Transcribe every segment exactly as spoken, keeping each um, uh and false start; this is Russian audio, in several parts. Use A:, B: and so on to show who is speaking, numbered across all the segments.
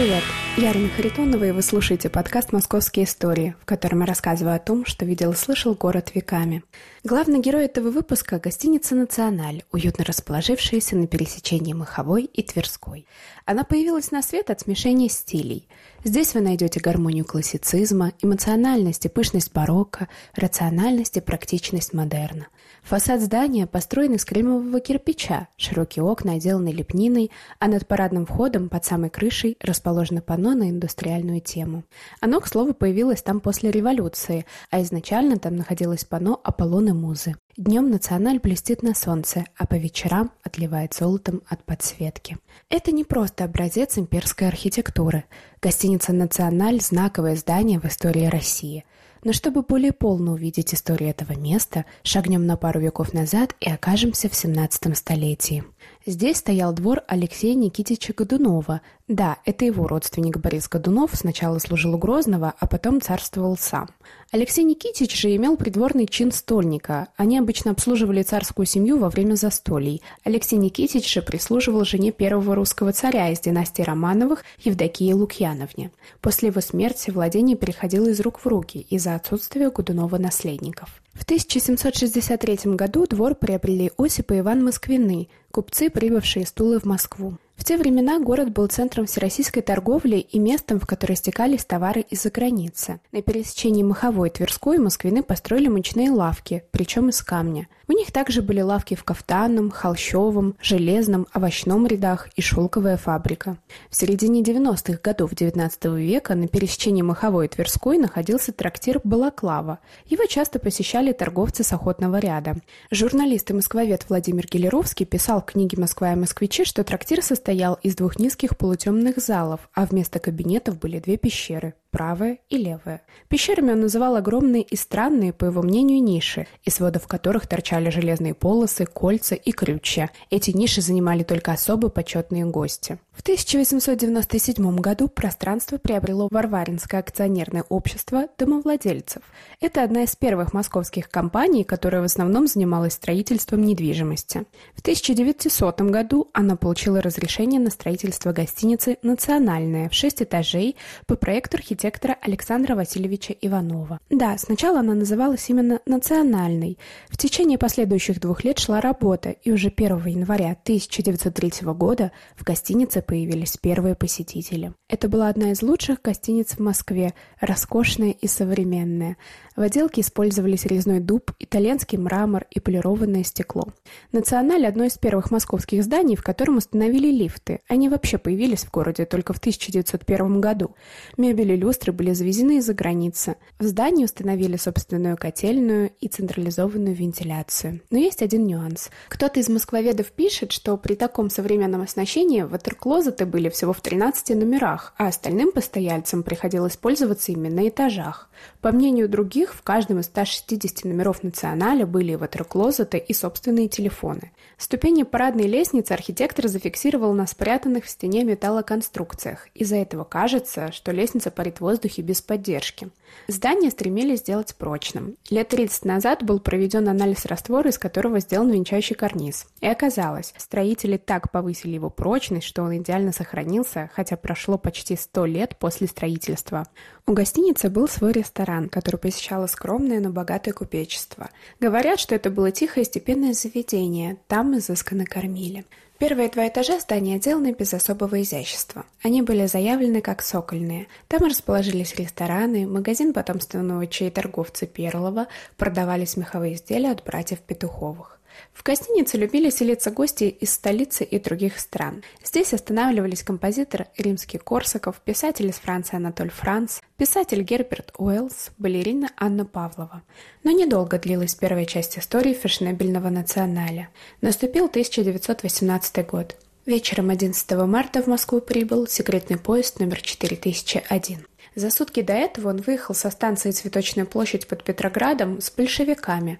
A: Привет, я Арина Харитонова, и вы слушаете подкаст «Московские истории», в котором я рассказываю о том, что видел и слышал город веками. Главный герой этого выпуска – гостиница «Националь», уютно расположившаяся на пересечении Моховой и Тверской. Она появилась на свет от смешения стилей. Здесь вы найдете гармонию классицизма, эмоциональность и пышность барокко, рациональность и практичность модерна. Фасад здания построен из кремового кирпича, широкие окна отделаны лепниной, а над парадным входом под самой крышей расположено панно на индустриальную тему. Оно, к слову, появилось там после революции, а изначально там находилось панно «Аполлон и Музы». Днем «Националь» блестит на солнце, а по вечерам отливает золотом от подсветки. Это не просто образец имперской архитектуры. Гостиница «Националь» – знаковое здание в истории России. Но чтобы более полно увидеть историю этого места, шагнем на пару веков назад и окажемся в семнадцатом столетии. Здесь стоял двор Алексея Никитича Годунова. Да, это его родственник Борис Годунов сначала служил у Грозного, а потом царствовал сам. Алексей Никитич же имел придворный чин стольника. Они обычно обслуживали царскую семью во время застолий. Алексей Никитич же прислуживал жене первого русского царя из династии Романовых Евдокии Лукьяновне. После его смерти владение переходило из рук в руки из-за отсутствия Годунова наследников. В тысяча семьсот шестьдесят третьем году двор приобрели Осип и Иван Москвины, купцы, прибывшие из Тулы в Москву. В те времена город был центром всероссийской торговли и местом, в которое стекались товары из-за границы. На пересечении Моховой и Тверской москвины построили мучные лавки, причем из камня. У них также были лавки в кафтанном, холщовом, железном, овощном рядах и шелковая фабрика. В середине девяностых годов девятнадцатого века на пересечении Моховой и Тверской находился трактир «Балаклава». Его часто посещали торговцы с охотного ряда. Журналист и москвовед Владимир Гелеровский писал в книге «Москва и москвичи», что трактир состоял из двух низких полутемных залов, а вместо кабинетов были две пещеры – правая и левая. Пещерами он называл огромные и странные, по его мнению, ниши, из сводов которых торчали железные полосы, кольца и крючья. Эти ниши занимали только особо почетные гости. В тысяча восемьсот девяносто седьмом году пространство приобрело Варваринское акционерное общество домовладельцев. Это одна из первых московских компаний, которая в основном занималась строительством недвижимости. В тысяча девятисотом году она получила разрешение на строительство гостиницы «Национальная» в шесть этажей по проекту архитектора Александра Васильевича Иванова. Да, сначала она называлась именно «Национальной». В течение последующих двух лет шла работа, и уже первого января тысяча девятьсот третьего года в гостинице появились первые посетители. Это была одна из лучших гостиниц в Москве, роскошная и современная. В отделке использовались резной дуб, итальянский мрамор и полированное стекло. «Националь» – одно из первых московских зданий, в котором установили лифты. Они вообще появились в городе только в тысяча девятьсот первом году. Мебель и люстры были завезены из-за границы. В здании установили собственную котельную и централизованную вентиляцию. Но есть один нюанс. Кто-то из москвоведов пишет, что при таком современном оснащении ватерклозеты были всего в тринадцати номерах, а остальным постояльцам приходилось пользоваться ими на этажах. По мнению других, в каждом из ста шестидесяти номеров «Националя» были ватерклозеты и собственные телефоны. Ступени парадной лестницы архитектор зафиксировал на спрятанных в стене металлоконструкциях. Из-за этого кажется, что лестница парит в воздухе без поддержки. Здание стремились сделать прочным. Лет тридцать назад был проведен анализ раствора, из которого сделан венчающий карниз. И оказалось, строители так повысили его прочность, что он идеально сохранился, хотя прошло почти сто лет после строительства. У гостиницы был свой ресторан, который посещало скромное, но богатое купечество. Говорят, что это было тихое и степенное заведение, там изысканно кормили. Первые два этажа здания отделаны без особого изящества. Они были заявлены как сокольные. Там расположились рестораны, магазин потомственного чаеторговца Перлова, продавались меховые изделия от братьев Петуховых. В гостинице любили селиться гости из столицы и других стран. Здесь останавливались композитор Римский-Корсаков, писатель из Франции Анатоль Франц, писатель Герберт Уэллс, балерина Анна Павлова. Но недолго длилась первая часть истории фешенебельного «Националя». Наступил тысяча девятьсот восемнадцатый год. Вечером одиннадцатого марта в Москву прибыл секретный поезд номер четыре тысячи один. За сутки до этого он выехал со станции Цветочная площадь под Петроградом с большевиками.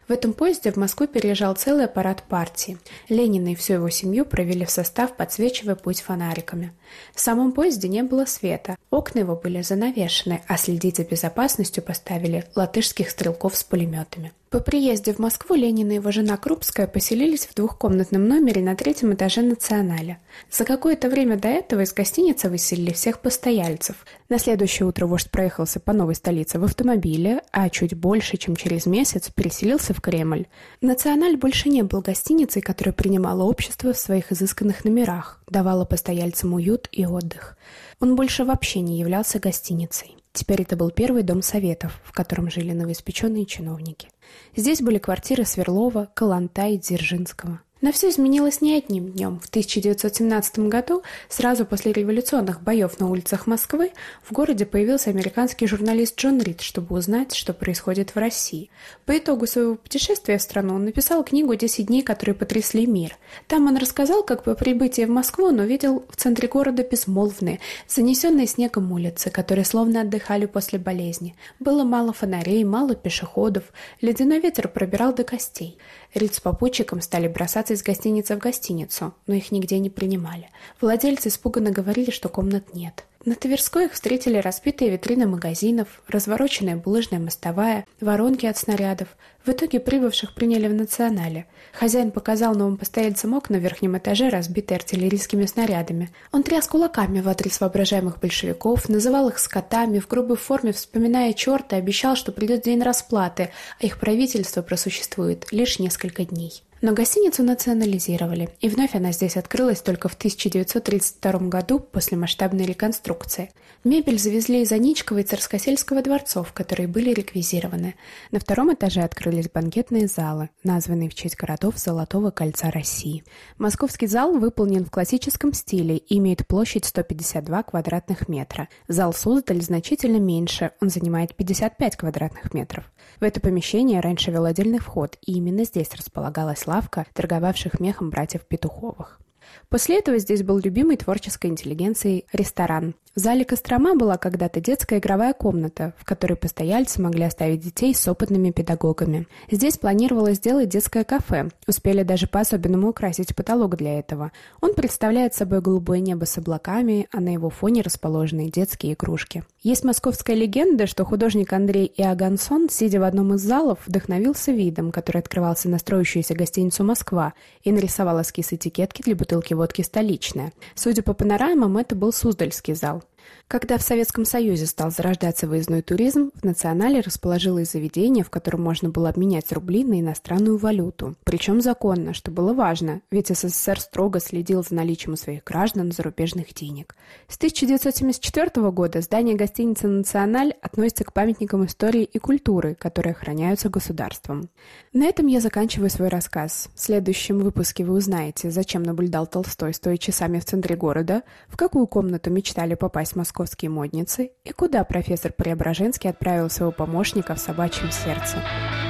A: В этом поезде в Москву переезжал целый аппарат партии. Ленина и всю его семью провели в состав, подсвечивая путь фонариками. В самом поезде не было света, окна его были занавешены, а следить за безопасностью поставили латышских стрелков с пулеметами. По приезде в Москву Ленин и его жена Крупская поселились в двухкомнатном номере на третьем этаже «Националя». За какое-то время до этого из гостиницы выселили всех постояльцев. На следующее утро вождь проехался по новой столице в автомобиле, а чуть больше, чем через месяц, переселился в Кремль. «Националь» больше не был гостиницей, которая принимала общество в своих изысканных номерах, давала постояльцам уют и отдых. Он больше вообще не являлся гостиницей. Теперь это был первый дом советов, в котором жили новоиспеченные чиновники. Здесь были квартиры Сверлова, Каланта и Дзержинского. Но все изменилось не одним днем. В тысяча девятьсот семнадцатом году, сразу после революционных боев на улицах Москвы, в городе появился американский журналист Джон Рид, чтобы узнать, что происходит в России. По итогу своего путешествия в страну он написал книгу «десять дней, которые потрясли мир». Там он рассказал, как по прибытии в Москву он увидел в центре города безмолвные, занесенные снегом улицы, которые словно отдыхали после болезни. Было мало фонарей, мало пешеходов, ледяной ветер пробирал до костей. Рид с попутчиком стали бросаться из гостиницы в гостиницу, но их нигде не принимали. Владельцы испуганно говорили, что комнат нет. На Тверской их встретили разбитые витрины магазинов, развороченная булыжная мостовая, воронки от снарядов. В итоге прибывших приняли в «Национале». Хозяин показал новым постояльцам окна в верхнем этаже, разбитые артиллерийскими снарядами. Он тряс кулаками в адрес воображаемых большевиков, называл их скотами, в грубой форме вспоминая черта, обещал, что придет день расплаты, а их правительство просуществует лишь несколько дней. Но гостиницу национализировали, и вновь она здесь открылась только в тысяча девятьсот тридцать втором году после масштабной реконструкции. Мебель завезли из Аничкова и Царскосельского дворцов, которые были реквизированы. На втором этаже открылись банкетные залы, названные в честь городов Золотого кольца России. Московский зал выполнен в классическом стиле и имеет площадь сто пятьдесят два квадратных метра. Зал Суздаль значительно меньше, он занимает пятьдесят пять квадратных метров. В это помещение раньше вел отдельный вход, и именно здесь располагалась лавка торговавших мехом братьев Петуховых. После этого здесь был любимый творческой интеллигенцией ресторан. В зале Кострома была когда-то детская игровая комната, в которой постояльцы могли оставить детей с опытными педагогами. Здесь планировалось сделать детское кафе, успели даже по-особенному украсить потолок для этого. Он представляет собой голубое небо с облаками, а на его фоне расположены детские игрушки. Есть московская легенда, что художник Андрей Иогансон, сидя в одном из залов, вдохновился видом, который открывался на строящуюся гостиницу «Москва», и нарисовал эскиз этикетки для бутылки водки «Столичная». Судя по панорамам, это был Суздальский зал. Когда в Советском Союзе стал зарождаться выездной туризм, в «Национале» расположилось заведение, в котором можно было обменять рубли на иностранную валюту. Причем законно, что было важно, ведь СССР строго следил за наличием у своих граждан зарубежных денег. С тысяча девятьсот семьдесят четвёртого года здание гостиницы «Националь» относится к памятникам истории и культуры, которые охраняются государством. На этом я заканчиваю свой рассказ. В следующем выпуске вы узнаете, зачем наблюдал Толстой, стоя часами в центре города, в какую комнату мечтали попасть московские модницы и куда профессор Преображенский отправил своего помощника в собачьем сердце.